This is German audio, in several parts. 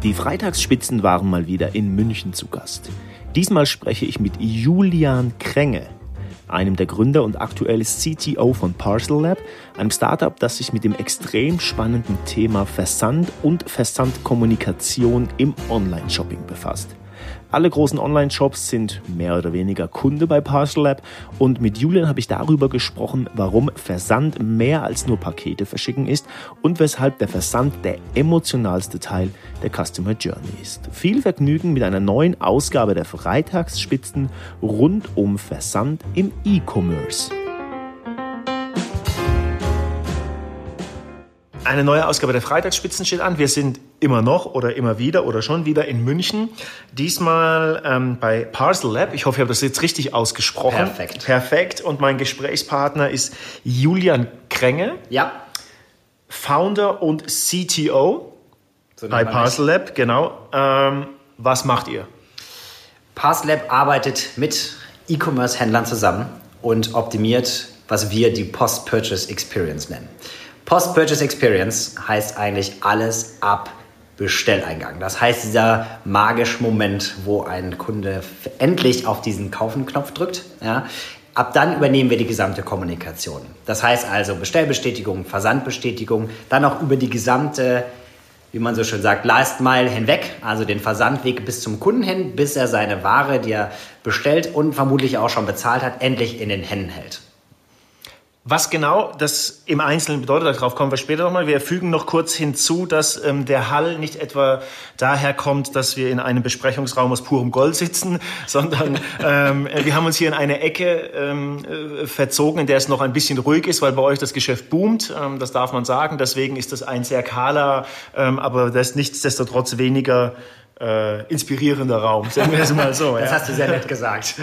Die Freitagsspitzen waren mal wieder in München zu Gast. Diesmal spreche ich mit Julian Krenge, einem der Gründer und aktuell CTO von Parcel Lab, einem Startup, das sich mit dem extrem spannenden Thema Versand und Versandkommunikation im Online-Shopping befasst. Alle großen Online-Shops sind mehr oder weniger Kunde bei Parcel Lab und mit Julian habe ich darüber gesprochen, warum Versand mehr als nur Pakete verschicken ist und weshalb der Versand der emotionalste Teil der Customer Journey ist. Viel Vergnügen mit einer neuen Ausgabe der Freitagsspitzen rund um Versand im E-Commerce. Eine neue Ausgabe der Freitagsspitzen steht an. Wir sind immer noch oder immer wieder oder schon wieder in München. Diesmal bei Parcel Lab. Ich hoffe, ich habe das jetzt richtig ausgesprochen. Perfekt. Und mein Gesprächspartner ist Julian Krenge. Ja. Founder und CTO bei Parcel Lab. Genau. Was macht ihr? Parcel Lab arbeitet mit E-Commerce-Händlern zusammen und optimiert, was wir die Post-Purchase Experience nennen. Post-Purchase Experience heißt eigentlich alles ab Bestelleingang. Das heißt, dieser magische Moment, wo ein Kunde endlich auf diesen Kaufen-Knopf drückt, ja, ab dann übernehmen wir die gesamte Kommunikation. Das heißt also Bestellbestätigung, Versandbestätigung, dann auch über die gesamte, wie man so schön sagt, Last Mile hinweg, also den Versandweg bis zum Kunden hin, bis er seine Ware, die er bestellt und vermutlich auch schon bezahlt hat, endlich in den Händen hält. Was genau das im Einzelnen bedeutet, darauf kommen wir später nochmal. Wir fügen noch kurz hinzu, dass der Hall nicht etwa daher kommt, dass wir in einem Besprechungsraum aus purem Gold sitzen, sondern wir haben uns hier in eine Ecke verzogen, in der es noch ein bisschen ruhig ist, weil bei euch das Geschäft boomt, das darf man sagen. Deswegen ist das ein sehr kahler, aber das nichtsdestotrotz weniger inspirierender Raum, sagen wir es mal so. Das hast du sehr nett gesagt.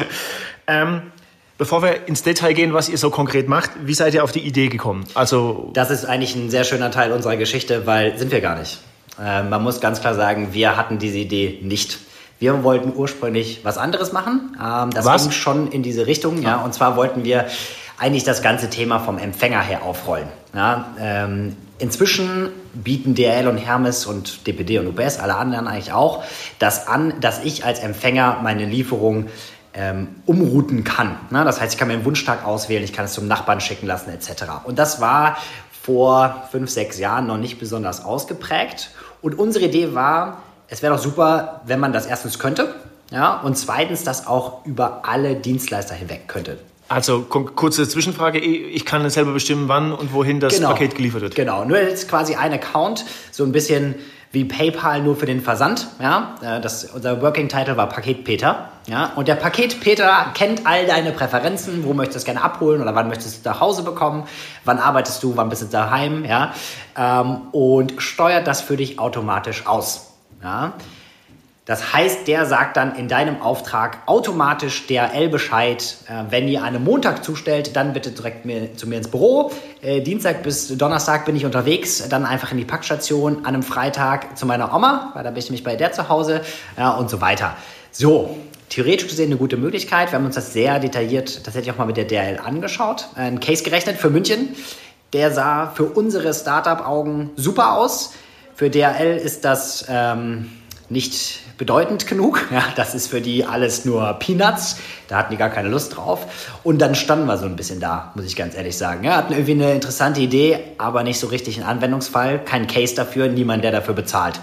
Bevor wir ins Detail gehen, was ihr so konkret macht, wie seid ihr auf die Idee gekommen? Das ist eigentlich ein sehr schöner Teil unserer Geschichte, weil sind wir gar nicht. Man muss ganz klar sagen, wir hatten diese Idee nicht. Wir wollten ursprünglich was anderes machen. Das ging schon in diese Richtung. Ja, und zwar wollten wir eigentlich das ganze Thema vom Empfänger her aufrollen. Ja, inzwischen bieten DHL und Hermes und DPD und UPS, alle anderen eigentlich auch, das an, dass ich als Empfänger meine Lieferung umrouten kann. Na, das heißt, ich kann mir einen Wunschtag auswählen, ich kann es zum Nachbarn schicken lassen etc. Und das war vor 5-6 Jahren noch nicht besonders ausgeprägt. Und unsere Idee war, es wäre doch super, wenn man das erstens könnte, ja, und zweitens das auch über alle Dienstleister hinweg könnte. Also kurze Zwischenfrage, ich kann selber bestimmen, wann und wohin das Paket geliefert wird. Genau, nur jetzt quasi ein Account, so ein bisschen wie PayPal nur für den Versand. Ja? Unser Working Title war Paket Peter. Ja? Und der Paket Peter kennt all deine Präferenzen, wo möchtest du es gerne abholen oder wann möchtest du es nach Hause bekommen, wann arbeitest du, wann bist du daheim, ja? Und steuert das für dich automatisch aus. Ja? Das heißt, der sagt dann in deinem Auftrag automatisch DHL Bescheid, wenn ihr einen Montag zustellt, dann bitte direkt zu mir ins Büro. Dienstag bis Donnerstag bin ich unterwegs, dann einfach in die Packstation, an einem Freitag zu meiner Oma, weil da bin ich nämlich bei der zu Hause, und so weiter. So, theoretisch gesehen eine gute Möglichkeit. Wir haben uns das sehr detailliert tatsächlich auch mal mit der DHL angeschaut. Ein Case gerechnet für München. Der sah für unsere Startup-Augen super aus. Für DHL ist das nicht bedeutend genug. Ja, das ist für die alles nur Peanuts. Da hatten die gar keine Lust drauf. Und dann standen wir so ein bisschen da, muss ich ganz ehrlich sagen. Ja, hatten irgendwie eine interessante Idee, aber nicht so richtig einen Anwendungsfall. Kein Case dafür, niemand, der dafür bezahlt.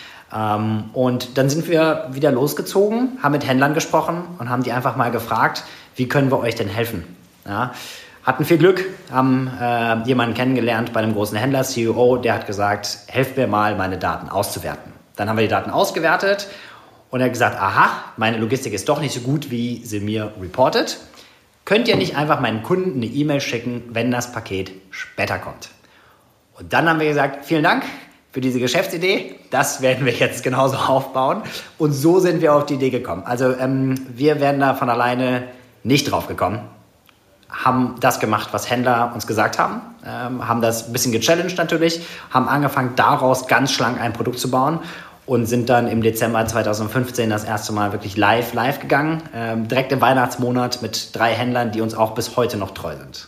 Und dann sind wir wieder losgezogen, haben mit Händlern gesprochen und haben die einfach mal gefragt, wie können wir euch denn helfen? Ja, hatten viel Glück, haben jemanden kennengelernt bei einem großen Händler, CEO, der hat gesagt, helft mir mal, meine Daten auszuwerten. Dann haben wir die Daten ausgewertet und er hat gesagt, aha, meine Logistik ist doch nicht so gut, wie sie mir reportet. Könnt ihr nicht einfach meinen Kunden eine E-Mail schicken, wenn das Paket später kommt? Und dann haben wir gesagt, vielen Dank für diese Geschäftsidee. Das werden wir jetzt genauso aufbauen. Und so sind wir auf die Idee gekommen. Also wir wären da von alleine nicht drauf gekommen. Haben das gemacht, was Händler uns gesagt haben, haben das ein bisschen gechallenged natürlich, haben angefangen, daraus ganz schlank ein Produkt zu bauen und sind dann im Dezember 2015 das erste Mal wirklich live gegangen, direkt im Weihnachtsmonat mit 3 Händlern, die uns auch bis heute noch treu sind.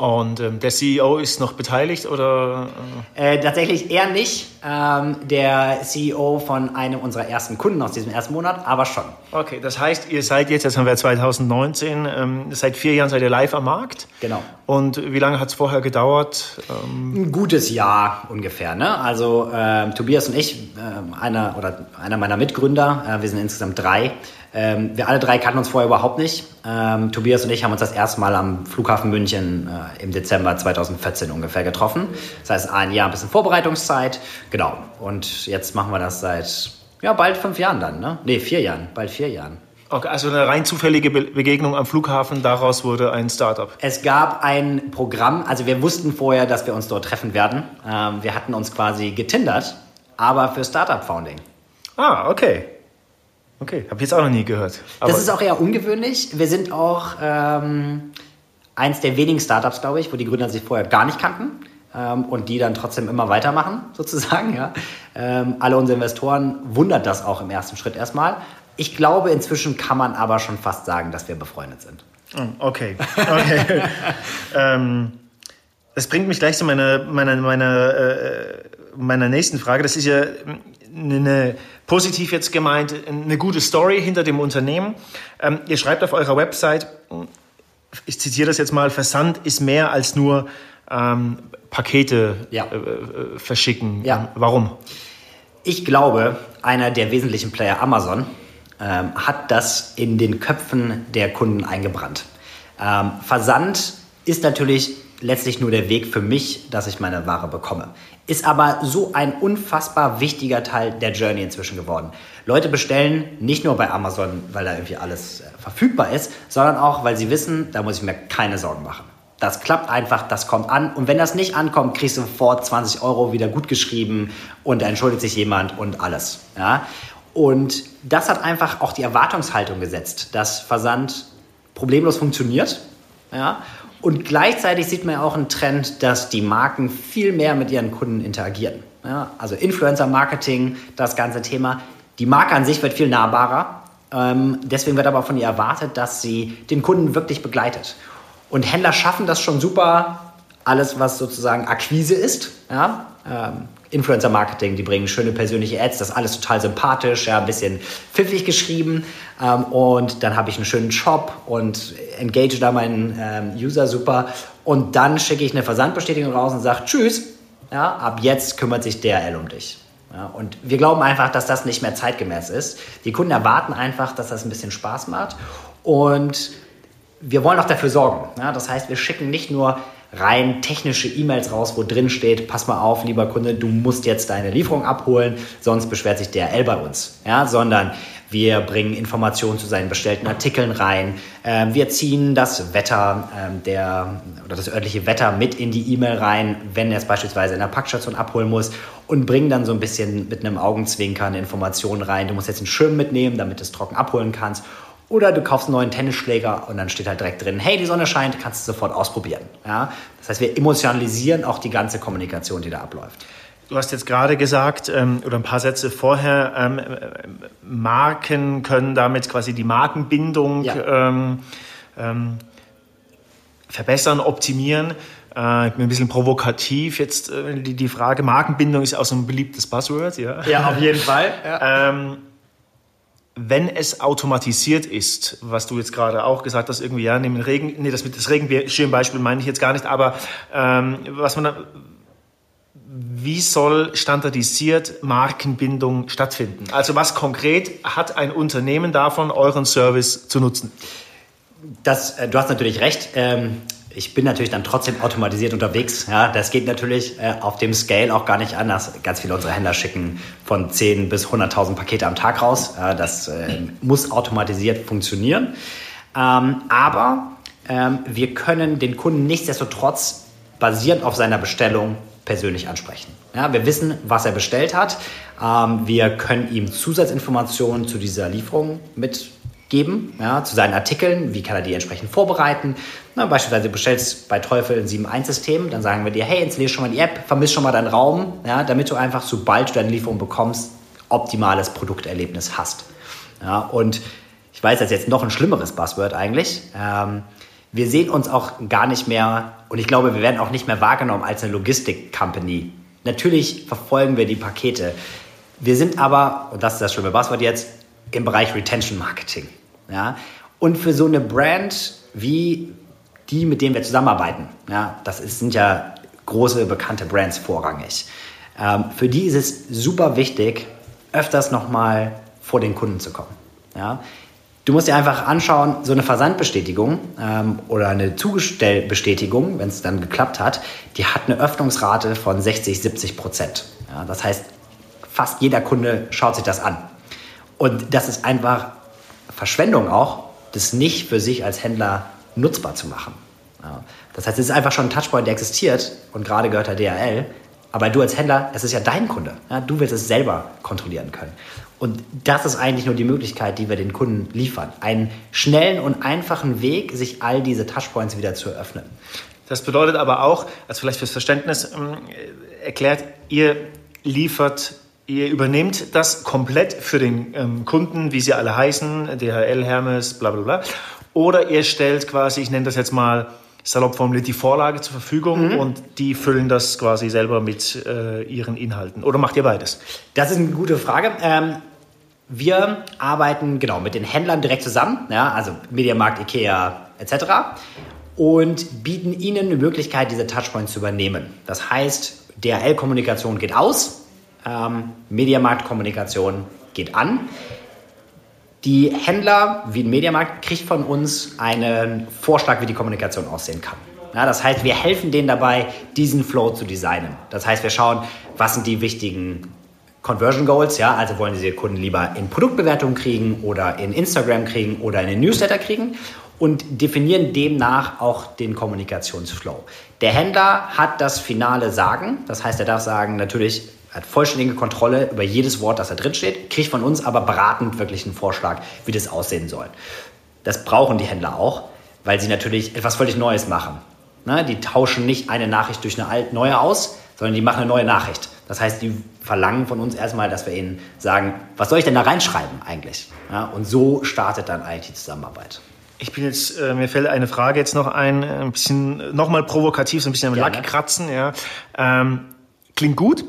Und der CEO ist noch beteiligt oder? Tatsächlich eher nicht. Der CEO von einem unserer ersten Kunden aus diesem ersten Monat, aber schon. Okay, das heißt, ihr seid jetzt haben wir 2019, seit 4 Jahren seid ihr live am Markt. Genau. Und wie lange hat es vorher gedauert? Ein gutes Jahr ungefähr. Ne? Also Tobias und ich, einer meiner Mitgründer, wir sind insgesamt 3. Wir alle 3 kannten uns vorher überhaupt nicht. Tobias und ich haben uns das erste Mal am Flughafen München im Dezember 2014 ungefähr getroffen. Das heißt, ein Jahr, ein bisschen Vorbereitungszeit. Genau. Und jetzt machen wir das seit bald 5 Jahren dann. Ne? 4 Jahren. Bald 4 Jahren. Okay, also eine rein zufällige Begegnung am Flughafen, daraus wurde ein Startup. Es gab ein Programm, also wir wussten vorher, dass wir uns dort treffen werden. Wir hatten uns quasi getindert, aber für Startup-Founding. Ah, okay. Okay, habe ich jetzt auch noch nie gehört. Aber das ist auch eher ungewöhnlich. Wir sind auch eins der wenigen Startups, glaube ich, wo die Gründer sich vorher gar nicht kannten und die dann trotzdem immer weitermachen, sozusagen. Ja. Alle unsere Investoren wundert das auch im ersten Schritt erstmal. Ich glaube, inzwischen kann man aber schon fast sagen, dass wir befreundet sind. Okay. Das bringt mich gleich zu meiner nächsten Frage. Das ist ja eine positiv jetzt gemeint, eine gute Story hinter dem Unternehmen. Ihr schreibt auf eurer Website, ich zitiere das jetzt mal, Versand ist mehr als nur Pakete verschicken. Ja. Warum? Ich glaube, einer der wesentlichen Player, Amazon, hat das in den Köpfen der Kunden eingebrannt. Versand ist natürlich letztlich nur der Weg für mich, dass ich meine Ware bekomme. Ist aber so ein unfassbar wichtiger Teil der Journey inzwischen geworden. Leute bestellen nicht nur bei Amazon, weil da irgendwie alles verfügbar ist, sondern auch, weil sie wissen, da muss ich mir keine Sorgen machen. Das klappt einfach, das kommt an. Und wenn das nicht ankommt, kriegst du sofort 20 € wieder gut geschrieben und da entschuldigt sich jemand und alles. Ja? Und das hat einfach auch die Erwartungshaltung gesetzt, dass Versand problemlos funktioniert. Ja? Und gleichzeitig sieht man ja auch einen Trend, dass die Marken viel mehr mit ihren Kunden interagieren. Ja, also Influencer-Marketing, das ganze Thema. Die Marke an sich wird viel nahbarer. Deswegen wird aber von ihr erwartet, dass sie den Kunden wirklich begleitet. Und Händler schaffen das schon super. Alles, was sozusagen Akquise ist. Ja? Influencer-Marketing, die bringen schöne persönliche Ads, das ist alles total sympathisch, ein bisschen pfiffig geschrieben. Und dann habe ich einen schönen Shop und engage da meinen User super. Und dann schicke ich eine Versandbestätigung raus und sage, tschüss, ja, ab jetzt kümmert sich DHL um dich. Ja, und wir glauben einfach, dass das nicht mehr zeitgemäß ist. Die Kunden erwarten einfach, dass das ein bisschen Spaß macht. Und wir wollen auch dafür sorgen. Ja, das heißt, wir schicken nicht nur rein technische E-Mails raus, wo drin steht, pass mal auf, lieber Kunde, du musst jetzt deine Lieferung abholen, sonst beschwert sich DHL bei uns. Ja, sondern wir bringen Informationen zu seinen bestellten Artikeln rein. Wir ziehen das Wetter oder das örtliche Wetter mit in die E-Mail rein, wenn er es beispielsweise in der Packstation abholen muss, und bringen dann so ein bisschen mit einem Augenzwinkern Informationen rein. Du musst jetzt einen Schirm mitnehmen, damit du es trocken abholen kannst. Oder du kaufst einen neuen Tennisschläger und dann steht halt direkt drin, hey, die Sonne scheint, kannst du sofort ausprobieren. Ja? Das heißt, wir emotionalisieren auch die ganze Kommunikation, die da abläuft. Du hast jetzt gerade gesagt, oder ein paar Sätze vorher, Marken können damit quasi die Markenbindung verbessern, optimieren. Ein bisschen provokativ jetzt die Frage, Markenbindung ist auch so ein beliebtes Buzzword. Ja, auf jeden Fall. Ja. Wenn es automatisiert ist, was du jetzt gerade auch gesagt hast, irgendwie, ja, das Regenschirmbeispiel meine ich jetzt gar nicht, aber wie soll standardisiert Markenbindung stattfinden? Also was konkret hat ein Unternehmen davon, euren Service zu nutzen? Du hast natürlich recht. Ich bin natürlich dann trotzdem automatisiert unterwegs. Ja, das geht natürlich auf dem Scale auch gar nicht anders. Ganz viele unserer Händler schicken von 10 bis 100.000 Pakete am Tag raus. Das muss automatisiert funktionieren. Aber wir können den Kunden nichtsdestotrotz basierend auf seiner Bestellung persönlich ansprechen. Ja, wir wissen, was er bestellt hat. Wir können ihm Zusatzinformationen zu dieser Lieferung mitgeben, ja, zu seinen Artikeln. Wie kann er die entsprechend vorbereiten? Na, beispielsweise du bestellst bei Teufel ein 7.1-System, dann sagen wir dir, hey, installier schon mal die App, vermiss schon mal deinen Raum, ja, damit du einfach, sobald du deine Lieferung bekommst, optimales Produkterlebnis hast. Ja, und ich weiß, das ist jetzt noch ein schlimmeres Buzzword eigentlich. Wir sehen uns auch gar nicht mehr, und ich glaube, wir werden auch nicht mehr wahrgenommen als eine Logistik-Company. Natürlich verfolgen wir die Pakete. Wir sind aber, und das ist das schöne Buzzword jetzt, im Bereich Retention Marketing. Ja? Und für so eine Brand wie die, mit denen wir zusammenarbeiten, ja, sind ja große, bekannte Brands vorrangig. Für die ist es super wichtig, öfters nochmal vor den Kunden zu kommen. Ja? Du musst dir einfach anschauen, so eine Versandbestätigung oder eine Zugestellbestätigung, wenn es dann geklappt hat, die hat eine Öffnungsrate von 60-70%. Ja, das heißt, fast jeder Kunde schaut sich das an. Und das ist einfach Verschwendung auch, das nicht für sich als Händler nutzbar zu machen. Ja, das heißt, es ist einfach schon ein Touchpoint, der existiert und gerade gehört der DHL. Aber du als Händler, es ist ja dein Kunde. Ja, du willst es selber kontrollieren können. Und das ist eigentlich nur die Möglichkeit, die wir den Kunden liefern. Einen schnellen und einfachen Weg, sich all diese Touchpoints wieder zu eröffnen. Das bedeutet aber auch, also vielleicht fürs Verständnis erklärt, ihr übernehmt das komplett für den Kunden, wie sie alle heißen, DHL, Hermes, bla bla bla. Oder ihr stellt quasi, ich nenne das jetzt mal salopp formuliert, die Vorlage zur Verfügung und die füllen das quasi selber mit ihren Inhalten. Oder macht ihr beides? Das ist eine gute Frage. Wir arbeiten mit den Händlern direkt zusammen, ja, also Mediamarkt, Ikea etc. und bieten ihnen eine Möglichkeit, diese Touchpoints zu übernehmen. Das heißt, DHL-Kommunikation geht aus, Mediamarkt-Kommunikation geht an. Die Händler wie ein Mediamarkt kriegt von uns einen Vorschlag, wie die Kommunikation aussehen kann. Ja, das heißt, wir helfen denen dabei, diesen Flow zu designen. Das heißt, wir schauen, was sind die wichtigen Conversion Goals, ja, also wollen Sie die Kunden lieber in Produktbewertungen kriegen oder in Instagram kriegen oder in den Newsletter kriegen und definieren demnach auch den Kommunikationsflow. Der Händler hat das finale Sagen, das heißt, er darf sagen, natürlich hat vollständige Kontrolle über jedes Wort, das da drin steht, kriegt von uns aber beratend wirklich einen Vorschlag, wie das aussehen soll. Das brauchen die Händler auch, weil sie natürlich etwas völlig Neues machen. Ne? Die tauschen nicht eine Nachricht durch eine neue aus, sondern die machen eine neue Nachricht. Das heißt, die verlangen von uns erstmal, dass wir ihnen sagen, was soll ich denn da reinschreiben eigentlich? Ja, und so startet dann eigentlich die Zusammenarbeit. Mir fällt eine Frage jetzt noch ein bisschen nochmal provokativ, so ein bisschen am Lack kratzen. Ja. Klingt gut.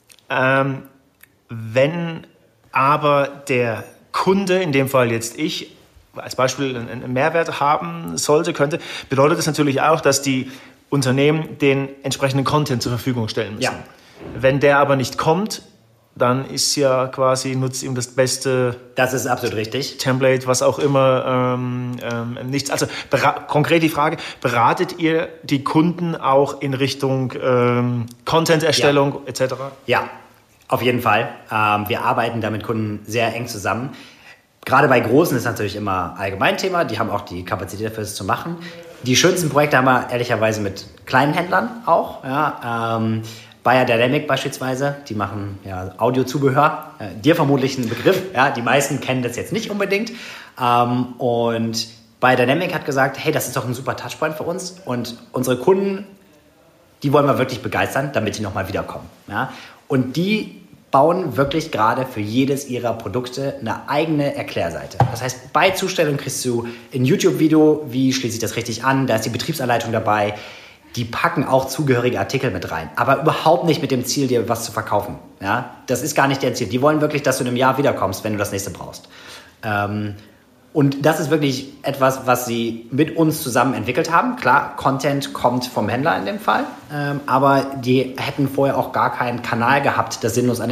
Wenn aber der Kunde, in dem Fall jetzt ich, als Beispiel einen Mehrwert haben könnte, bedeutet das natürlich auch, dass die Unternehmen den entsprechenden Content zur Verfügung stellen müssen. Ja. Wenn der aber nicht kommt, dann ist ja quasi, nutzt ihm das beste... Das ist absolut richtig. Template, was auch immer, nichts. Also konkret die Frage, beratet ihr die Kunden auch in Richtung Content-Erstellung etc.? Ja, auf jeden Fall. Wir arbeiten da mit Kunden sehr eng zusammen. Gerade bei Großen ist natürlich immer Allgemeinthema. Die haben auch die Kapazität dafür, es zu machen. Die schönsten Projekte haben wir ehrlicherweise mit kleinen Händlern auch. Ja, Bayer Dynamic beispielsweise, die machen ja Audiozubehör. Dir vermutlich ein Begriff. Ja, die meisten kennen das jetzt nicht unbedingt. Und Bayer Dynamic hat gesagt, hey, das ist doch ein super Touchpoint für uns. Und unsere Kunden, die wollen wir wirklich begeistern, damit die nochmal wiederkommen. Ja? Und die bauen wirklich gerade für jedes ihrer Produkte eine eigene Erklärseite. Das heißt, bei Zustellung kriegst du ein YouTube-Video, wie schließe ich das richtig an, da ist die Betriebsanleitung dabei. Die packen auch zugehörige Artikel mit rein, aber überhaupt nicht mit dem Ziel, dir was zu verkaufen. Ja? Das ist gar nicht der Ziel. Die wollen wirklich, dass du in einem Jahr wiederkommst, wenn du das nächste brauchst. Und das ist wirklich etwas, was sie mit uns zusammen entwickelt haben. Klar, Content kommt vom Händler in dem Fall, aber die hätten vorher auch gar keinen Kanal gehabt, das sinnvoll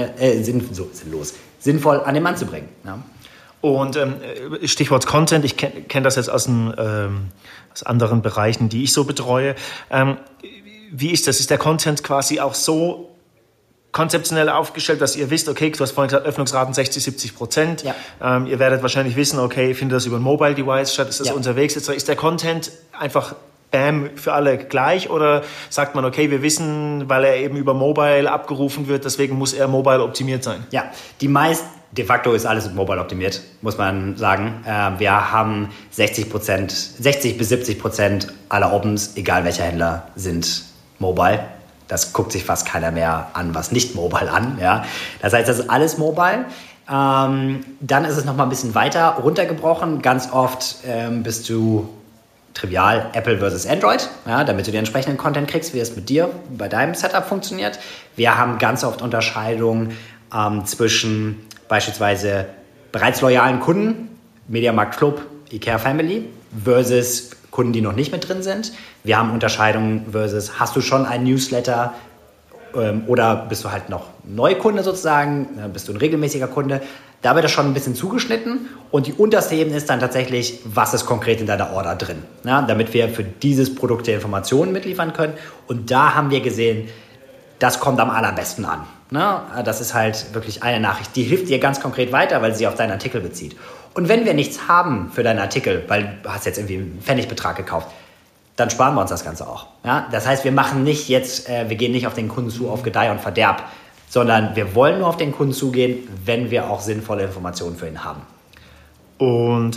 an den Mann zu bringen. Ja. Und Stichwort Content, ich kenn das jetzt aus anderen Bereichen, die ich so betreue. Wie ist das? Ist der Content quasi auch so konzeptionell aufgestellt, dass ihr wisst, okay, du hast vorhin gesagt, Öffnungsraten 60-70%. Ja. Ihr werdet wahrscheinlich wissen, okay, findet das über ein Mobile Device statt, ist das unterwegs? Ist der Content einfach für alle gleich oder sagt man, okay, wir wissen, weil er eben über Mobile abgerufen wird, deswegen muss er mobile optimiert sein? Ja, de facto ist alles mobile optimiert, muss man sagen. Wir haben 60-70% aller Opens, egal welcher Händler, sind mobile. Das guckt sich fast keiner mehr an, was nicht mobile an. Ja? Das heißt, das ist alles mobile. Dann ist es noch mal ein bisschen weiter runtergebrochen. Ganz oft bist du trivial Apple versus Android, ja, damit du den entsprechenden Content kriegst, wie es mit dir bei deinem Setup funktioniert. Wir haben ganz oft Unterscheidungen zwischen beispielsweise bereits loyalen Kunden, MediaMarkt Club, IKEA Family, versus Kunden, die noch nicht mit drin sind. Wir haben Unterscheidungen versus, hast du schon einen Newsletter oder bist du halt noch Neukunde sozusagen, bist du ein regelmäßiger Kunde. Da wird das schon ein bisschen zugeschnitten und die unterste Ebene ist dann tatsächlich, was ist konkret in deiner Order drin, ja, damit wir für dieses Produkt die Informationen mitliefern können. Und da haben wir gesehen, das kommt am allerbesten an. Ne? Das ist halt wirklich eine Nachricht, die hilft dir ganz konkret weiter, weil sie auf deinen Artikel bezieht. Und wenn wir nichts haben für deinen Artikel, weil du hast jetzt irgendwie einen Pfennigbetrag gekauft, dann sparen wir uns das Ganze auch. Ja? Das heißt, wir machen nicht jetzt, wir gehen nicht auf den Kunden zu, auf Gedeih und Verderb, sondern wir wollen nur auf den Kunden zugehen, wenn wir auch sinnvolle Informationen für ihn haben. Und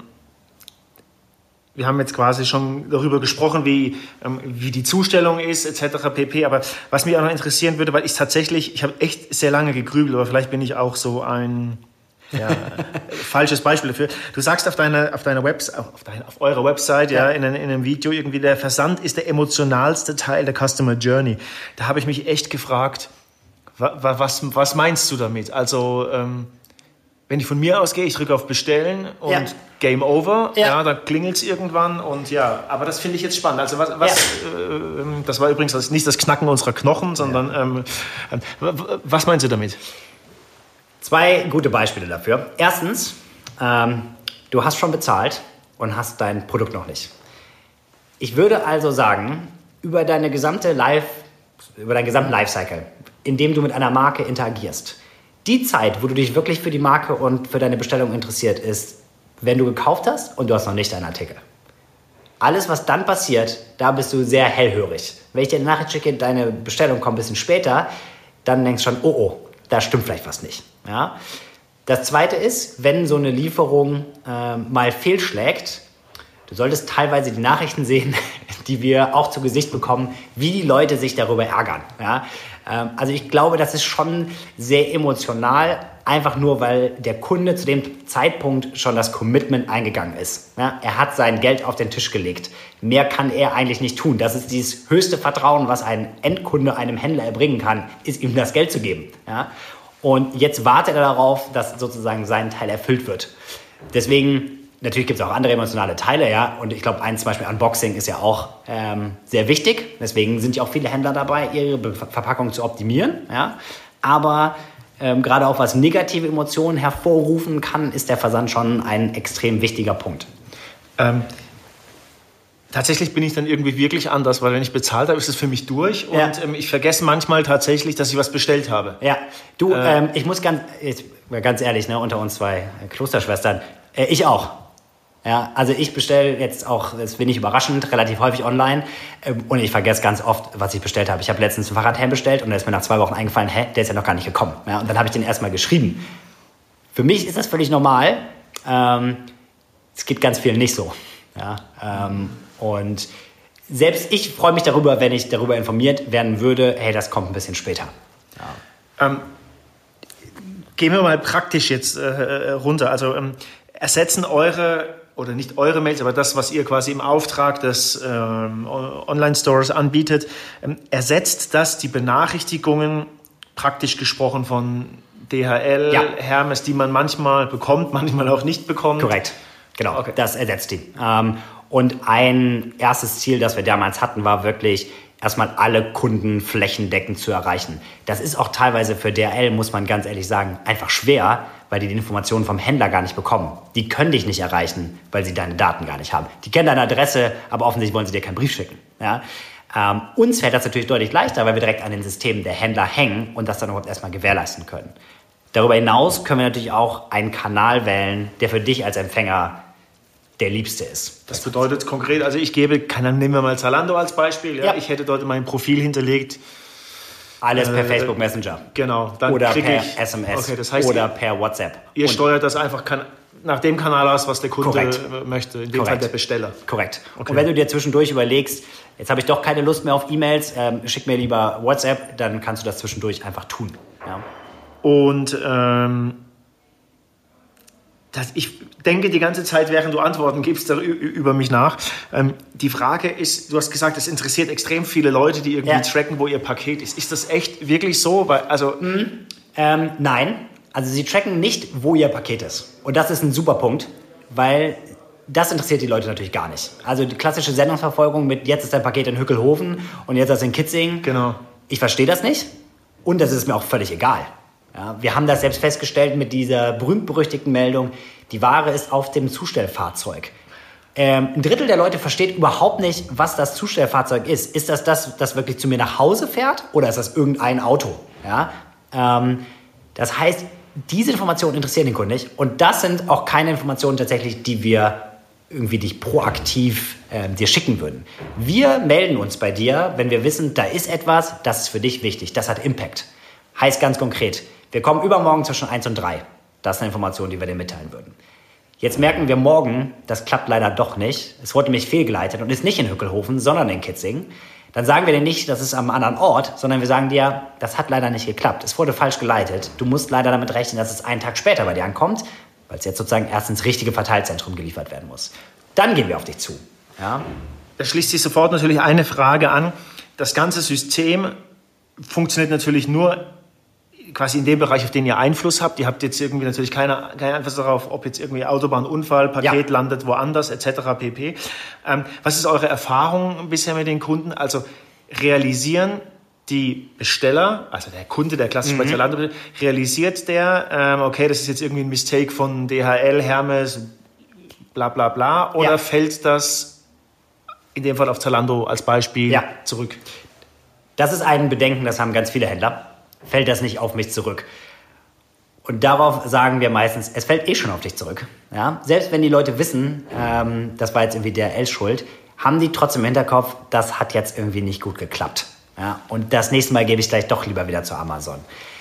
wir haben jetzt quasi schon darüber gesprochen, wie die Zustellung ist, etc. pp. Aber was mich auch noch interessieren würde, weil ich habe echt sehr lange gegrübelt, aber vielleicht bin ich auch so ein falsches Beispiel dafür. Du sagst auf eurer Website, ja, in einem Video irgendwie, der Versand ist der emotionalste Teil der Customer Journey. Da habe ich mich echt gefragt, was meinst du damit? Also, wenn ich von mir ausgehe, ich drücke auf Bestellen und Game Over, dann klingelt es irgendwann und aber das finde ich jetzt spannend. Also das war übrigens nicht das Knacken unserer Knochen, sondern was meinst du damit? 2 gute Beispiele dafür. Erstens, du hast schon bezahlt und hast dein Produkt noch nicht. Ich würde also sagen, über deinen gesamten Lifecycle, in dem du mit einer Marke interagierst, die Zeit, wo du dich wirklich für die Marke und für deine Bestellung interessiert, ist, wenn du gekauft hast und du hast noch nicht deinen Artikel. Alles, was dann passiert, da bist du sehr hellhörig. Wenn ich dir eine Nachricht schicke, deine Bestellung kommt ein bisschen später, dann denkst du schon, oh, da stimmt vielleicht was nicht. Ja? Das Zweite ist, wenn so eine Lieferung mal fehlschlägt, du solltest teilweise die Nachrichten sehen, die wir auch zu Gesicht bekommen, wie die Leute sich darüber ärgern. Ja? Also ich glaube, das ist schon sehr emotional, einfach nur, weil der Kunde zu dem Zeitpunkt schon das Commitment eingegangen ist. Ja? Er hat sein Geld auf den Tisch gelegt. Mehr kann er eigentlich nicht tun. Das ist dieses höchste Vertrauen, was ein Endkunde einem Händler erbringen kann, ist ihm das Geld zu geben. Ja? Und jetzt wartet er darauf, dass sozusagen sein Teil erfüllt wird. Deswegen, natürlich gibt es auch andere emotionale Teile, ja. Und ich glaube, zum Beispiel Unboxing ist ja auch sehr wichtig. Deswegen sind ja auch viele Händler dabei, ihre Verpackung zu optimieren, ja. Aber gerade auch was negative Emotionen hervorrufen kann, ist der Versand schon ein extrem wichtiger Punkt. Tatsächlich bin ich dann irgendwie wirklich anders, weil wenn ich bezahlt habe, ist es für mich durch und ich vergesse manchmal tatsächlich, dass ich was bestellt habe. Ja, du, ich muss ganz ehrlich, ne, unter uns 2 Klosterschwestern, ich auch. Ja, also ich bestelle jetzt auch, das bin ich überraschend, relativ häufig online und ich vergesse ganz oft, was ich bestellt habe. Ich habe letztens einen Fahrradhelm bestellt und da ist mir nach 2 Wochen eingefallen, der ist ja noch gar nicht gekommen. Ja, und dann habe ich den erstmal geschrieben. Für mich ist das völlig normal. Es geht ganz vielen nicht so. Ja, und selbst ich freue mich darüber, wenn ich darüber informiert werden würde, hey, das kommt ein bisschen später. Ja. Gehen wir mal praktisch jetzt runter. Also ersetzen oder nicht eure Mails, aber das, was ihr quasi im Auftrag des Online-Stores anbietet, ersetzt das die Benachrichtigungen, praktisch gesprochen von DHL, Hermes, die man manchmal bekommt, manchmal auch nicht bekommt? Korrekt, genau, okay. Das ersetzt die. Und ein erstes Ziel, das wir damals hatten, war wirklich erstmal alle Kunden flächendeckend zu erreichen. Das ist auch teilweise für DHL, muss man ganz ehrlich sagen, einfach schwer, weil die Informationen vom Händler gar nicht bekommen. Die können dich nicht erreichen, weil sie deine Daten gar nicht haben. Die kennen deine Adresse, aber offensichtlich wollen sie dir keinen Brief schicken. Ja? Uns fällt das natürlich deutlich leichter, weil wir direkt an den Systemen der Händler hängen und das dann überhaupt erstmal gewährleisten können. Darüber hinaus können wir natürlich auch einen Kanal wählen, der für dich als Empfänger der liebste ist. Das bedeutet konkret, also nehmen wir mal Zalando als Beispiel. Ja. Ich hätte dort mein Profil hinterlegt. Alles per Facebook Messenger. Genau. Dann oder per SMS. Okay, das heißt, oder per WhatsApp. Ihr steuert das einfach nach dem Kanal aus, was der Kunde möchte. In dem Fall der Besteller. Korrekt. Okay. Und wenn du dir zwischendurch überlegst, jetzt habe ich doch keine Lust mehr auf E-Mails, schick mir lieber WhatsApp, dann kannst du das zwischendurch einfach tun. Ja. Und Ich denke die ganze Zeit, während du Antworten gibst, über mich nach. Die Frage ist, du hast gesagt, es interessiert extrem viele Leute, die irgendwie tracken, wo ihr Paket ist. Ist das echt wirklich so? Nein, also sie tracken nicht, wo ihr Paket ist. Und das ist ein super Punkt, weil das interessiert die Leute natürlich gar nicht. Also die klassische Sendungsverfolgung mit jetzt ist dein Paket in Hückelhofen und jetzt ist es in Kitzingen. Genau. Ich verstehe das nicht und das ist mir auch völlig egal. Ja, wir haben das selbst festgestellt mit dieser berühmt-berüchtigten Meldung, die Ware ist auf dem Zustellfahrzeug. Ein Drittel der Leute versteht überhaupt nicht, was das Zustellfahrzeug ist. Ist das wirklich zu mir nach Hause fährt oder ist das irgendein Auto? Ja? Das heißt, diese Informationen interessieren den Kunden nicht und das sind auch keine Informationen tatsächlich, die wir irgendwie dich proaktiv dir schicken würden. Wir melden uns bei dir, wenn wir wissen, da ist etwas, das ist für dich wichtig, das hat Impact. Heißt ganz konkret, wir kommen übermorgen zwischen 1 und 3. Das ist eine Information, die wir dir mitteilen würden. Jetzt merken wir morgen, das klappt leider doch nicht. Es wurde nämlich fehlgeleitet und ist nicht in Hückelhofen, sondern in Kitzingen. Dann sagen wir dir nicht, das ist am anderen Ort, sondern wir sagen dir, das hat leider nicht geklappt. Es wurde falsch geleitet. Du musst leider damit rechnen, dass es einen Tag später bei dir ankommt, weil es jetzt sozusagen erst ins richtige Verteilzentrum geliefert werden muss. Dann gehen wir auf dich zu. Ja? Da schließt sich sofort natürlich eine Frage an. Das ganze System funktioniert natürlich nur quasi in dem Bereich, auf den ihr Einfluss habt. Ihr habt jetzt irgendwie natürlich keinen Einfluss darauf, ob jetzt irgendwie Autobahnunfall, Paket landet woanders, etc. pp. Was ist eure Erfahrung bisher mit den Kunden? Also realisieren die Besteller, also der Kunde, der klassisch bei Zalando, realisiert der, okay, das ist jetzt irgendwie ein Mistake von DHL, Hermes, bla bla bla, oder fällt das in dem Fall auf Zalando als Beispiel zurück? Das ist ein Bedenken, das haben ganz viele Händler. Fällt das nicht auf mich zurück? Und darauf sagen wir meistens, es fällt eh schon auf dich zurück. Ja? Selbst wenn die Leute wissen, das war jetzt irgendwie DHL schuld, haben die trotzdem im Hinterkopf, das hat jetzt irgendwie nicht gut geklappt. Ja? Und das nächste Mal gebe ich gleich doch lieber wieder zu Amazon.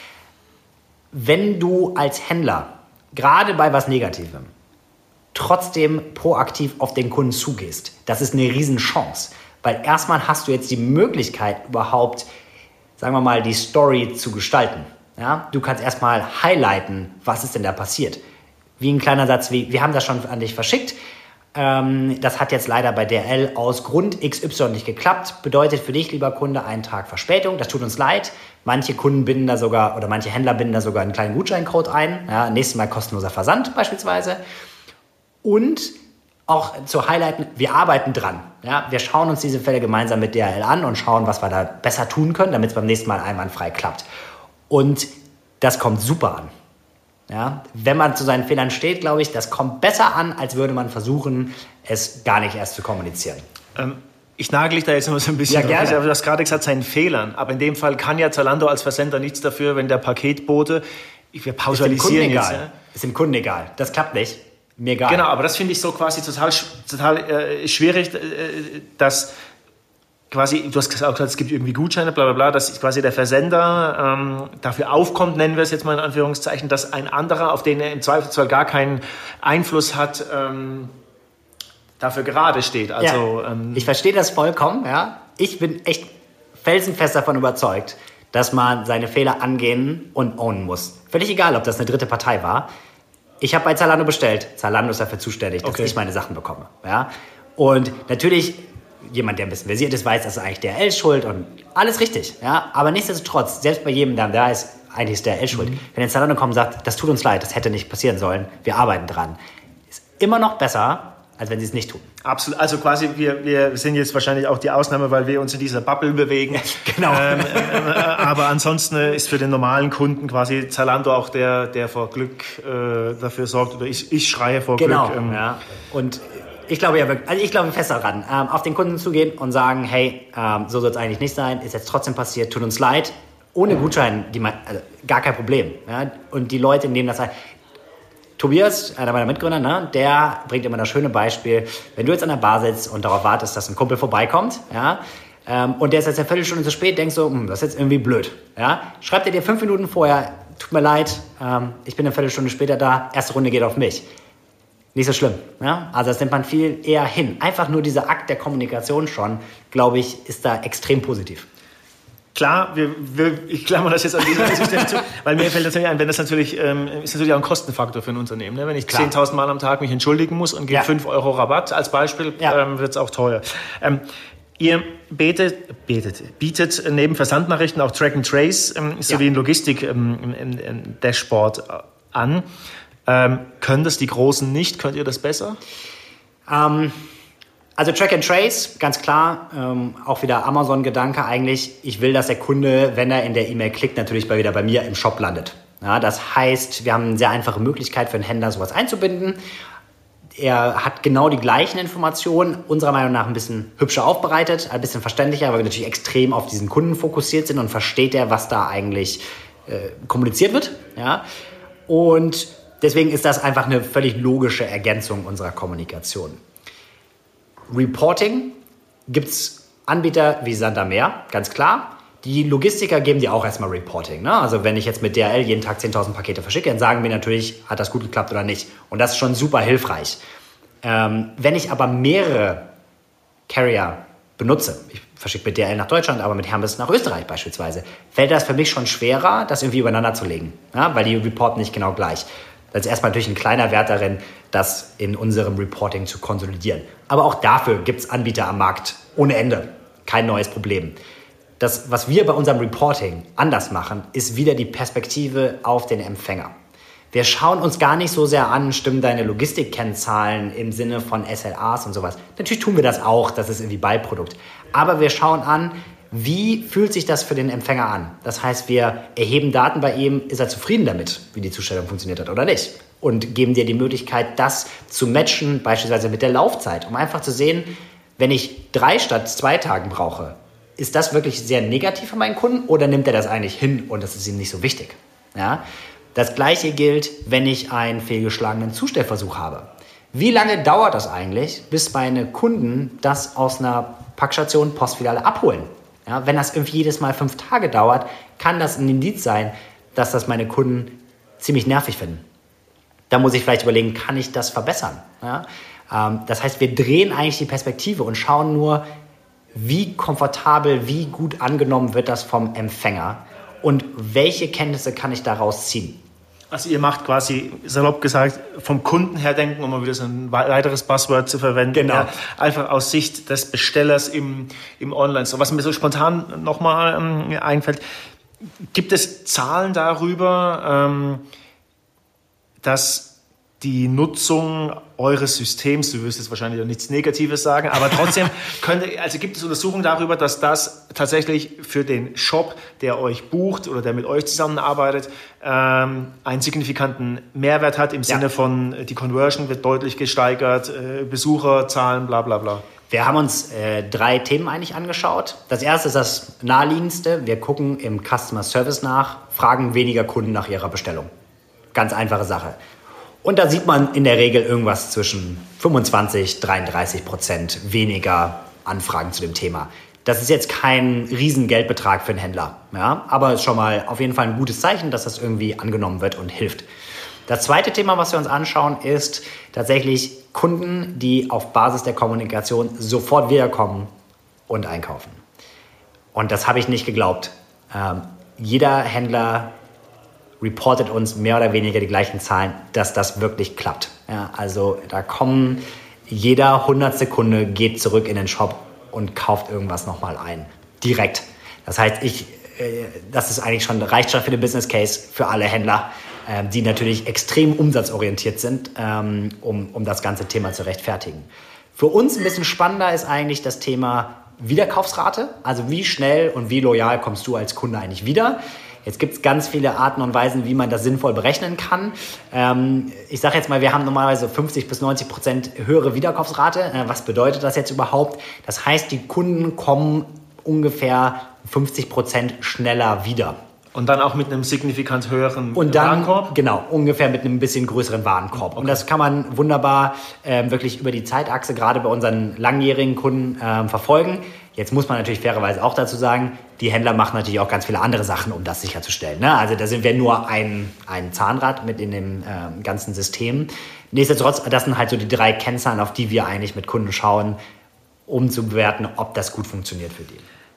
Wenn du als Händler, gerade bei was Negativem, trotzdem proaktiv auf den Kunden zugehst, das ist eine Riesenchance. Weil erstmal hast du jetzt die Möglichkeit überhaupt, sagen wir mal, die Story zu gestalten. Ja? Du kannst erstmal highlighten, was ist denn da passiert. Wie ein kleiner Satz wie, wir haben das schon an dich verschickt, das hat jetzt leider bei DHL aus Grund XY nicht geklappt, bedeutet für dich, lieber Kunde, einen Tag Verspätung, das tut uns leid. Manche Kunden binden da sogar, oder manche Händler binden da sogar einen kleinen Gutscheincode ein, ja? Nächstes Mal kostenloser Versand beispielsweise. Und auch zu highlighten, wir arbeiten dran. Ja? Wir schauen uns diese Fälle gemeinsam mit DHL an und schauen, was wir da besser tun können, damit es beim nächsten Mal einwandfrei klappt. Und das kommt super an. Ja? Wenn man zu seinen Fehlern steht, glaube ich, das kommt besser an, als würde man versuchen, es gar nicht erst zu kommunizieren. Ich nagel dich da jetzt immer so ein bisschen drauf. Du hast gerade gesagt, seinen Fehlern. Aber in dem Fall kann ja Zalando als Versender nichts dafür, wenn der Paketbote, wir pauschalisieren jetzt. Ist dem Kunden egal. Das klappt nicht. Mir egal. Genau, aber das finde ich so quasi total schwierig, dass quasi, du hast gesagt, es gibt irgendwie Gutscheine, bla bla bla, dass quasi der Versender dafür aufkommt, nennen wir es jetzt mal in Anführungszeichen, dass ein anderer, auf den er im Zweifelsfall gar keinen Einfluss hat, dafür gerade steht. Also, ich verstehe das vollkommen. Ja. Ich bin echt felsenfest davon überzeugt, dass man seine Fehler angehen und ownen muss. Völlig egal, ob das eine dritte Partei war. Ich habe bei Zalando bestellt. Zalando ist dafür zuständig, dass ich meine Sachen bekomme. Ja? Und natürlich, jemand, der ein bisschen versiert ist, weiß, das ist eigentlich DHL schuld und alles richtig. Ja? Aber nichtsdestotrotz, selbst bei jedem, der da ist, eigentlich ist DHL schuld. Wenn der Zalando kommt und sagt, das tut uns leid, das hätte nicht passieren sollen, wir arbeiten dran. Ist immer noch besser, als wenn sie es nicht tun. Absolut. Also quasi, wir sind jetzt wahrscheinlich auch die Ausnahme, weil wir uns in dieser Bubble bewegen. Genau. Aber ansonsten ist für den normalen Kunden quasi Zalando auch der vor Glück dafür sorgt, oder ich schreie vor Glück. Genau. Ja. Und ich glaube ich glaube fest daran, auf den Kunden zugehen und sagen, hey, so soll es eigentlich nicht sein, ist jetzt trotzdem passiert, tut uns leid. Ohne Gutschein, gar kein Problem. Ja? Und die Leute nehmen das halt. Tobias, einer meiner Mitgründer, ne, der bringt immer das schöne Beispiel, wenn du jetzt an der Bar sitzt und darauf wartest, dass ein Kumpel vorbeikommt, ja, und der ist jetzt eine Viertelstunde zu spät, denkst du, das ist jetzt irgendwie blöd. Ja, schreibt er dir 5 Minuten vorher, tut mir leid, ich bin eine Viertelstunde später da, erste Runde geht auf mich. Nicht so schlimm. Ja? Also das nimmt man viel eher hin. Einfach nur dieser Akt der Kommunikation schon, glaube ich, ist da extrem positiv. Klar, ich klammer das jetzt an dieser Stelle zu, weil mir fällt natürlich ein, wenn das natürlich, ist natürlich auch ein Kostenfaktor für ein Unternehmen. Ne? Wenn ich 10.000 Mal am Tag mich entschuldigen muss und gebe 5 Euro Rabatt als Beispiel, wird es auch teuer. Ihr bietet neben Versandnachrichten auch Track and Trace sowie ein Logistik-Dashboard an. Können das die Großen nicht? Könnt ihr das besser? Also Track and Trace, ganz klar, auch wieder Amazon-Gedanke eigentlich. Ich will, dass der Kunde, wenn er in der E-Mail klickt, natürlich wieder bei mir im Shop landet. Ja, das heißt, wir haben eine sehr einfache Möglichkeit für einen Händler, sowas einzubinden. Er hat genau die gleichen Informationen, unserer Meinung nach ein bisschen hübscher aufbereitet, ein bisschen verständlicher, weil wir natürlich extrem auf diesen Kunden fokussiert sind und versteht er, was da eigentlich kommuniziert wird. Ja? Und deswegen ist das einfach eine völlig logische Ergänzung unserer Kommunikation. Reporting gibt es Anbieter wie Santander, ganz klar. Die Logistiker geben dir auch erstmal Reporting. Ne? Also wenn ich jetzt mit DHL jeden Tag 10.000 Pakete verschicke, dann sagen wir natürlich, hat das gut geklappt oder nicht. Und das ist schon super hilfreich. Wenn ich aber mehrere Carrier benutze, ich verschicke mit DHL nach Deutschland, aber mit Hermes nach Österreich beispielsweise, fällt das für mich schon schwerer, das irgendwie übereinander zu legen, ja? Weil die reporten nicht genau gleich. Das ist erstmal natürlich ein kleiner Wert darin, das in unserem Reporting zu konsolidieren. Aber auch dafür gibt es Anbieter am Markt ohne Ende. Kein neues Problem. Das, was wir bei unserem Reporting anders machen, ist wieder die Perspektive auf den Empfänger. Wir schauen uns gar nicht so sehr an, stimmen deine Logistikkennzahlen im Sinne von SLAs und sowas. Natürlich tun wir das auch, das ist irgendwie Beiprodukt. Aber wir schauen an, wie fühlt sich das für den Empfänger an? Das heißt, wir erheben Daten bei ihm, ist er zufrieden damit, wie die Zustellung funktioniert hat oder nicht? Und geben dir die Möglichkeit, das zu matchen, beispielsweise mit der Laufzeit, um einfach zu sehen, wenn ich 3 statt 2 Tagen brauche, ist das wirklich sehr negativ für meinen Kunden oder nimmt er das eigentlich hin und das ist ihm nicht so wichtig? Ja? Das Gleiche gilt, wenn ich einen fehlgeschlagenen Zustellversuch habe. Wie lange dauert das eigentlich, bis meine Kunden das aus einer Packstation, Postfiliale abholen? Ja, wenn das irgendwie jedes Mal 5 Tage dauert, kann das ein Indiz sein, dass das meine Kunden ziemlich nervig finden. Da muss ich vielleicht überlegen, kann ich das verbessern? Ja? Das heißt, wir drehen eigentlich die Perspektive und schauen nur, wie komfortabel, wie gut angenommen wird das vom Empfänger und welche Kenntnisse kann ich daraus ziehen. Also ihr macht quasi, salopp gesagt, vom Kunden her denken, um mal wieder so ein weiteres Buzzword zu verwenden. Genau. Ja, einfach aus Sicht des Bestellers im Online-Store. Was mir so spontan nochmal einfällt, gibt es Zahlen darüber, dass die Nutzung eures Systems, du wirst jetzt wahrscheinlich auch nichts Negatives sagen, aber trotzdem gibt es Untersuchungen darüber, dass das tatsächlich für den Shop, der euch bucht oder der mit euch zusammenarbeitet, einen signifikanten Mehrwert hat im Sinne von, die Conversion wird deutlich gesteigert, Besucherzahlen, bla bla bla. Wir haben uns 3 Themen eigentlich angeschaut. Das erste ist das naheliegendste. Wir gucken im Customer Service nach, fragen weniger Kunden nach ihrer Bestellung. Ganz einfache Sache. Und da sieht man in der Regel irgendwas zwischen 25-33% weniger Anfragen zu dem Thema. Das ist jetzt kein Riesengeldbetrag für einen Händler, ja, aber ist schon mal auf jeden Fall ein gutes Zeichen, dass das irgendwie angenommen wird und hilft. Das zweite Thema, was wir uns anschauen, ist tatsächlich Kunden, die auf Basis der Kommunikation sofort wiederkommen und einkaufen. Und das habe ich nicht geglaubt. Jeder Händler reportet uns mehr oder weniger die gleichen Zahlen, dass das wirklich klappt. Ja, also da kommen, jeder 100. Sekunde geht zurück in den Shop und kauft irgendwas nochmal ein. Direkt. Das heißt, das ist eigentlich reicht schon für den Business Case für alle Händler, die natürlich extrem umsatzorientiert sind, um das ganze Thema zu rechtfertigen. Für uns ein bisschen spannender ist eigentlich das Thema Wiederkaufsrate. Also wie schnell und wie loyal kommst du als Kunde eigentlich wieder? Jetzt gibt es ganz viele Arten und Weisen, wie man das sinnvoll berechnen kann. Ich sage jetzt mal, wir haben normalerweise 50-90% höhere Wiederkaufsrate. Was bedeutet das jetzt überhaupt? Das heißt, die Kunden kommen ungefähr 50% schneller wieder. Und dann auch mit einem signifikant höheren Warenkorb? Genau, ungefähr mit einem bisschen größeren Warenkorb. Okay. Und das kann man wunderbar wirklich über die Zeitachse, gerade bei unseren langjährigen Kunden, verfolgen. Jetzt muss man natürlich fairerweise auch dazu sagen, die Händler machen natürlich auch ganz viele andere Sachen, um das sicherzustellen. Ne? Also da sind wir nur ein Zahnrad mit in dem ganzen System. Nichtsdestotrotz, das sind halt so die 3 Kennzahlen, auf die wir eigentlich mit Kunden schauen, um zu bewerten, ob das gut funktioniert für die.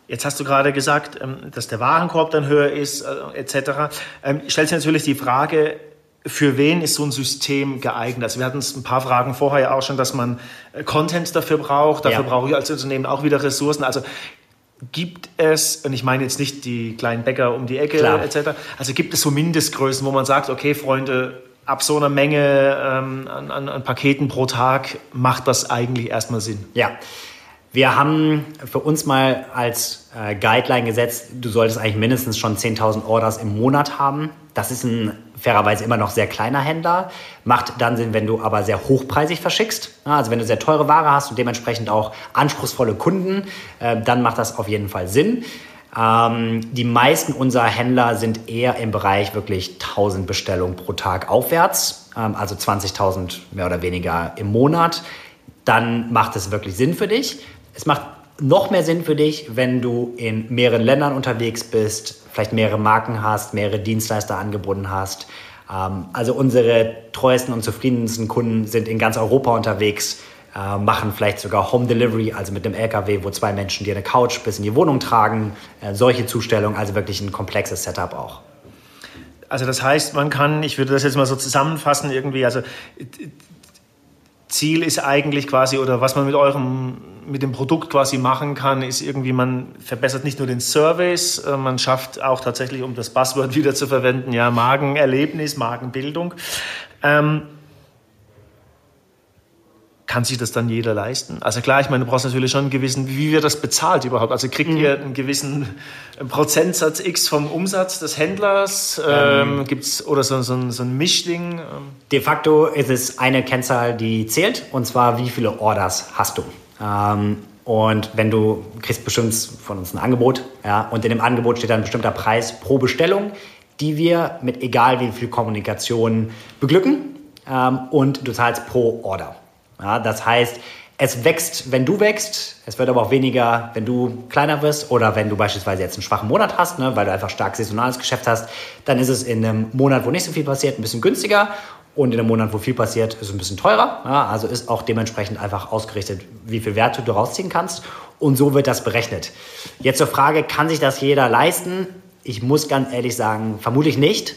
Jetzt hast du gerade gesagt, dass der Warenkorb dann höher ist, etc. Stellt sich natürlich die Frage, für wen ist so ein System geeignet? Also wir hatten es ein paar Fragen vorher ja auch schon, dass man Content dafür braucht. Dafür brauche ich als Unternehmen auch wieder Ressourcen. Also gibt es, und ich meine jetzt nicht die kleinen Bäcker um die Ecke, etc. Also gibt es so Mindestgrößen, wo man sagt, okay, Freunde, ab so einer Menge an Paketen pro Tag macht das eigentlich erstmal Sinn? Ja. Wir haben für uns mal als Guideline gesetzt, du solltest eigentlich mindestens schon 10.000 Orders im Monat haben. Das ist ein fairerweise immer noch sehr kleiner Händler. Macht dann Sinn, wenn du aber sehr hochpreisig verschickst. Also wenn du sehr teure Ware hast und dementsprechend auch anspruchsvolle Kunden, dann macht das auf jeden Fall Sinn. Die meisten unserer Händler sind eher im Bereich wirklich 1.000 Bestellungen pro Tag aufwärts, also 20.000 mehr oder weniger im Monat. Dann macht es wirklich Sinn für dich. Es macht noch mehr Sinn für dich, wenn du in mehreren Ländern unterwegs bist, vielleicht mehrere Marken hast, mehrere Dienstleister angebunden hast. Also unsere treuesten und zufriedensten Kunden sind in ganz Europa unterwegs, machen vielleicht sogar Home Delivery, also mit einem LKW, wo 2 Menschen dir eine Couch bis in die Wohnung tragen. Solche Zustellungen, also wirklich ein komplexes Setup auch. Also das heißt, man kann, ich würde das jetzt mal so zusammenfassen irgendwie, also Ziel ist eigentlich quasi, oder was man mit dem Produkt quasi machen kann, ist irgendwie, man verbessert nicht nur den Service, man schafft auch tatsächlich, um das Buzzword wieder zu verwenden, ja, Markenerlebnis, Markenbildung. Kann sich das dann jeder leisten? Also klar, ich meine, du brauchst natürlich schon einen gewissen, wie wird das bezahlt überhaupt? Also kriegt ihr einen gewissen Prozentsatz X vom Umsatz des Händlers? Gibt's oder so ein Mischding? De facto ist es eine Kennzahl, die zählt, und zwar, wie viele Orders hast du? Und wenn du kriegst bestimmt von uns ein Angebot, ja, und in dem Angebot steht dann ein bestimmter Preis pro Bestellung, die wir mit egal wie viel Kommunikation beglücken, und du zahlst pro Order. Ja, das heißt, es wächst, wenn du wächst, es wird aber auch weniger, wenn du kleiner wirst oder wenn du beispielsweise jetzt einen schwachen Monat hast, ne, weil du einfach stark saisonales Geschäft hast, dann ist es in einem Monat, wo nicht so viel passiert, ein bisschen günstiger, und in einem Monat, wo viel passiert, ist es ein bisschen teurer. Ja, also ist auch dementsprechend einfach ausgerichtet, wie viel Wert du rausziehen kannst, und so wird das berechnet. Jetzt zur Frage, kann sich das jeder leisten? Ich muss ganz ehrlich sagen, vermutlich nicht.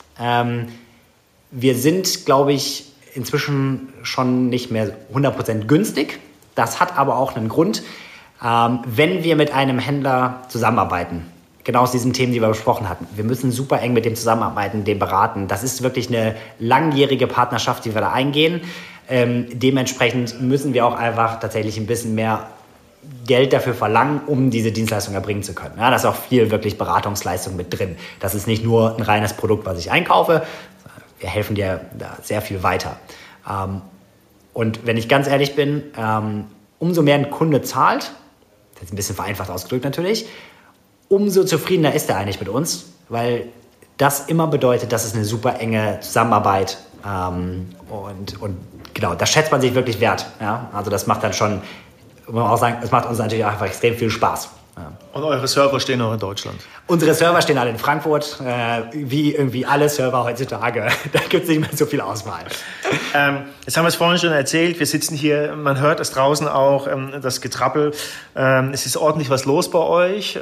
Wir sind, glaube ich, inzwischen schon nicht mehr 100% günstig. Das hat aber auch einen Grund. Wenn wir mit einem Händler zusammenarbeiten, genau aus diesen Themen, die wir besprochen hatten, wir müssen super eng mit dem zusammenarbeiten, den beraten. Das ist wirklich eine langjährige Partnerschaft, die wir da eingehen. Dementsprechend müssen wir auch einfach tatsächlich ein bisschen mehr Geld dafür verlangen, um diese Dienstleistung erbringen zu können. Ja, da ist auch viel wirklich Beratungsleistung mit drin. Das ist nicht nur ein reines Produkt, was ich einkaufe. Wir helfen dir da sehr viel weiter. Und wenn ich ganz ehrlich bin, umso mehr ein Kunde zahlt, das ist ein bisschen vereinfacht ausgedrückt natürlich, umso zufriedener ist er eigentlich mit uns, weil das immer bedeutet, dass es eine super enge Zusammenarbeit, und genau, das schätzt man sich wirklich wert. Ja? Also das macht dann schon, muss man auch sagen, es macht uns natürlich auch einfach extrem viel Spaß. Ja. Und eure Server stehen auch in Deutschland? Unsere Server stehen alle in Frankfurt, wie irgendwie alle Server heutzutage. Da gibt es nicht mehr so viel Auswahl. Jetzt haben wir es vorhin schon erzählt, wir sitzen hier, man hört es draußen auch, das Getrappel. Es ist ordentlich was los bei euch.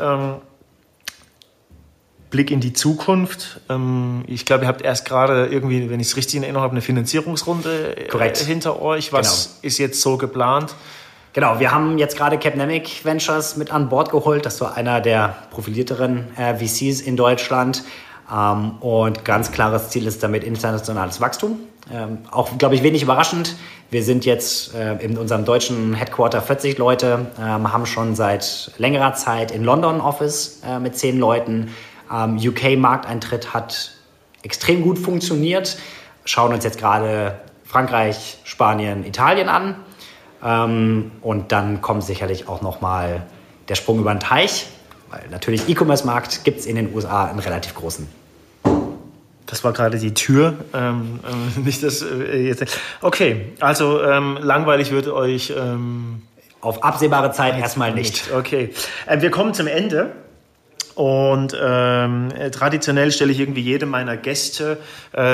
Blick in die Zukunft. Ich glaube, ihr habt erst gerade irgendwie, wenn ich es richtig in Erinnerung habe, eine Finanzierungsrunde hinter euch. Was ist jetzt so geplant? Genau, wir haben jetzt gerade Capnamic Ventures mit an Bord geholt. Das war einer der profilierteren VCs in Deutschland. Und ganz klares Ziel ist damit internationales Wachstum. Auch, glaube ich, wenig überraschend. Wir sind jetzt in unserem deutschen Headquarter 40 Leute, haben schon seit längerer Zeit in London ein Office mit 10 Leuten. UK-Markteintritt hat extrem gut funktioniert. Schauen uns jetzt gerade Frankreich, Spanien, Italien an. Und dann kommt sicherlich auch nochmal der Sprung über den Teich, weil natürlich E-Commerce-Markt gibt es in den USA einen relativ großen. Das war gerade die Tür. Nicht das jetzt. Okay, also langweilig wird euch auf absehbare Zeit erstmal nicht. Okay, wir kommen zum Ende. Und traditionell stelle ich irgendwie jedem meiner Gäste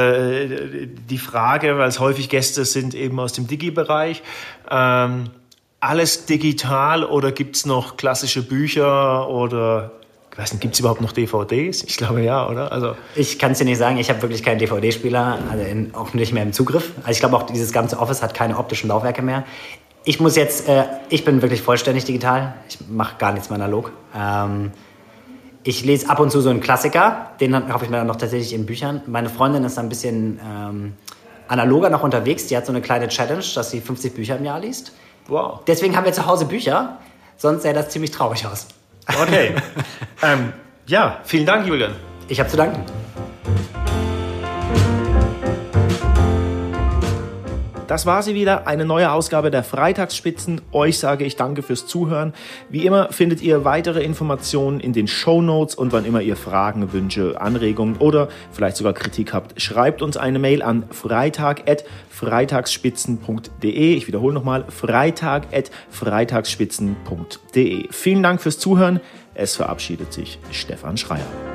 die Frage, weil es häufig Gäste sind eben aus dem Digi-Bereich. alles digital oder gibt es noch klassische Bücher oder ich weiß nicht, gibt es überhaupt noch DVDs? Ich glaube ja, oder? Also ich kann es dir nicht sagen, ich habe wirklich keinen DVD-Spieler, also auch nicht mehr im Zugriff. Also ich glaube auch, dieses ganze Office hat keine optischen Laufwerke mehr. Ich muss jetzt, ich bin wirklich vollständig digital, ich mache gar nichts mehr analog. Ich lese ab und zu so einen Klassiker, den kaufe ich mir dann noch tatsächlich in Büchern. Meine Freundin ist ein bisschen analoger noch unterwegs, die hat so eine kleine Challenge, dass sie 50 Bücher im Jahr liest. wow. Deswegen haben wir zu Hause Bücher, sonst sähe das ziemlich traurig aus. Okay. Ja, vielen Dank, Julian. Ich habe zu danken. Das war sie wieder, eine neue Ausgabe der Freitagsspitzen. Euch sage ich danke fürs Zuhören. Wie immer findet ihr weitere Informationen in den Shownotes und wann immer ihr Fragen, Wünsche, Anregungen oder vielleicht sogar Kritik habt, schreibt uns eine Mail an freitag@freitagsspitzen.de. Ich wiederhole nochmal, freitag@freitagsspitzen.de. Vielen Dank fürs Zuhören. Es verabschiedet sich Stefan Schreier.